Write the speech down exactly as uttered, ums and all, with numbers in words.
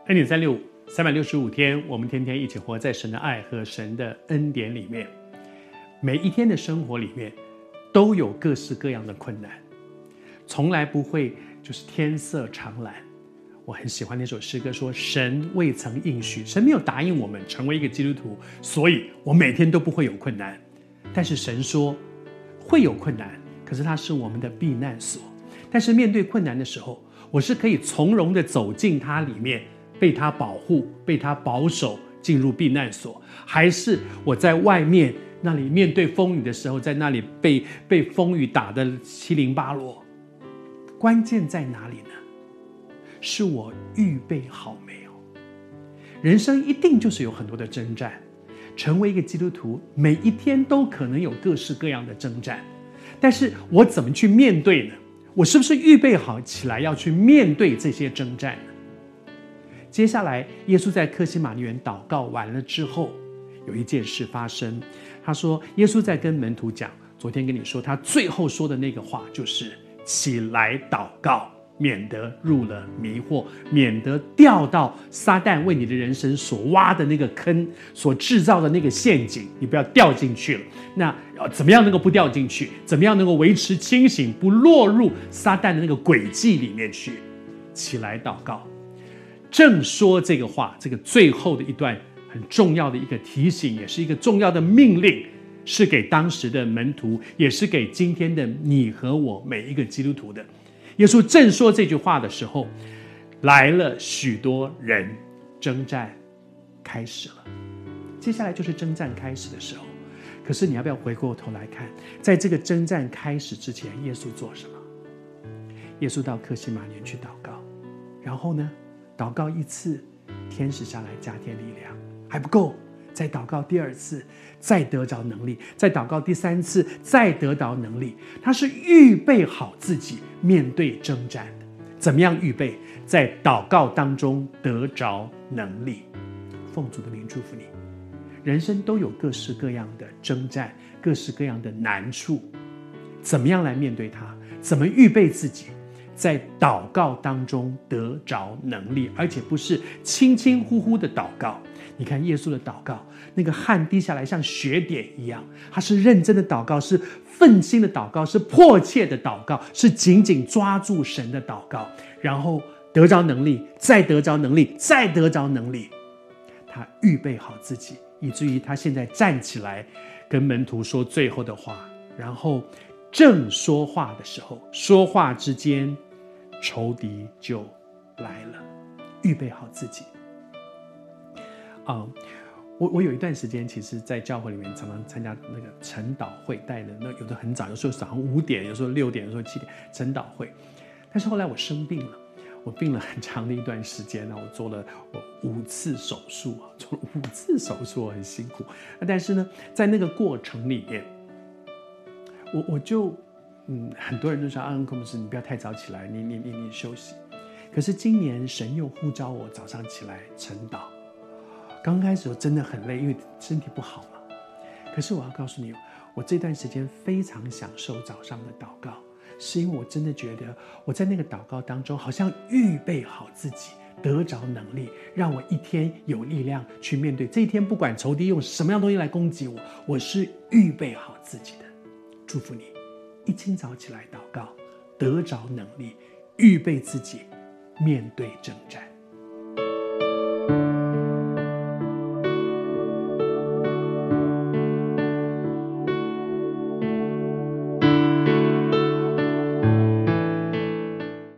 恩典三六五，三百六十五天，我们天天一起活在神的爱和神的恩典里面。每一天的生活里面，都有各式各样的困难，从来不会就是天色常蓝。我很喜欢那首诗歌说，神未曾应许，神没有答应我们成为一个基督徒，所以我每天都不会有困难。但是神说会有困难，可是它是我们的避难所。但是面对困难的时候，我是可以从容的走进它里面，被它保护，被它保守，进入避难所，还是我在外面那里面对风雨的时候，在那里被被风雨打得七零八落？关键在哪里呢？是我预备好没有？人生一定就是有很多的征战，成为一个基督徒，每一天都可能有各式各样的征战，但是我怎么去面对呢？我是不是预备好起来要去面对这些征战呢？接下来耶稣在客西马尼园祷告完了之后，有一件事发生。他说耶稣在跟门徒讲，昨天跟你说他最后说的那个话就是起来祷告，免得入了迷惑，免得掉到撒旦为你的人生所挖的那个坑，所制造的那个陷阱，你不要掉进去了。那怎么样能够不掉进去？怎么样能够维持清醒，不落入撒旦的那个诡计里面去？起来祷告。正说这个话，这个最后的一段很重要的一个提醒，也是一个重要的命令，是给当时的门徒，也是给今天的你和我每一个基督徒的。耶稣正说这句话的时候，来了许多人，征战开始了。接下来就是征战开始的时候，可是你要不要回过头来看，在这个征战开始之前，耶稣做什么？耶稣到客西马尼园去祷告，然后呢，祷告一次，天使下来加添力量，还不够，再祷告第二次，再得着能力，再祷告第三次，再得着能力。他是预备好自己面对征战的。怎么样预备？在祷告当中得着能力。奉主的名祝福你，人生都有各式各样的征战，各式各样的难处，怎么样来面对它？怎么预备自己在祷告当中得着能力，而且不是轻轻呼呼的祷告。你看耶稣的祷告，那个汗滴下来像血点一样，他是认真的祷告，是奋心的祷告，是迫切的祷告，是紧紧抓住神的祷告，然后得着能力，再得着能力，再得着能力。他预备好自己，以至于他现在站起来跟门徒说最后的话，然后正说话的时候，说话之间仇敌就来了。预备好自己。Uh, 我, 我有一段时间其实在教会里面常常参加那个晨祷会，带的那有的很早，有时候早上五点，有时候六点，有时候七点晨祷会。但是后来我生病了，我病了很长的一段时间，我做了我五次手术，做了五次手术，我很辛苦。但是呢，在那个过程里面，我我就嗯，很多人都说啊，恩公牧师，你不要太早起来，你你你你休息。可是今年神又呼召我早上起来晨祷。刚开始我真的很累，因为身体不好嘛。可是我要告诉你，我这段时间非常享受早上的祷告，是因为我真的觉得我在那个祷告当中好像预备好自己，得着能力，让我一天有力量去面对这一天，不管仇敌用什么样东西来攻击我，我是预备好自己的。祝福你一清早起来祷告，得着能力，预备自己面对征战。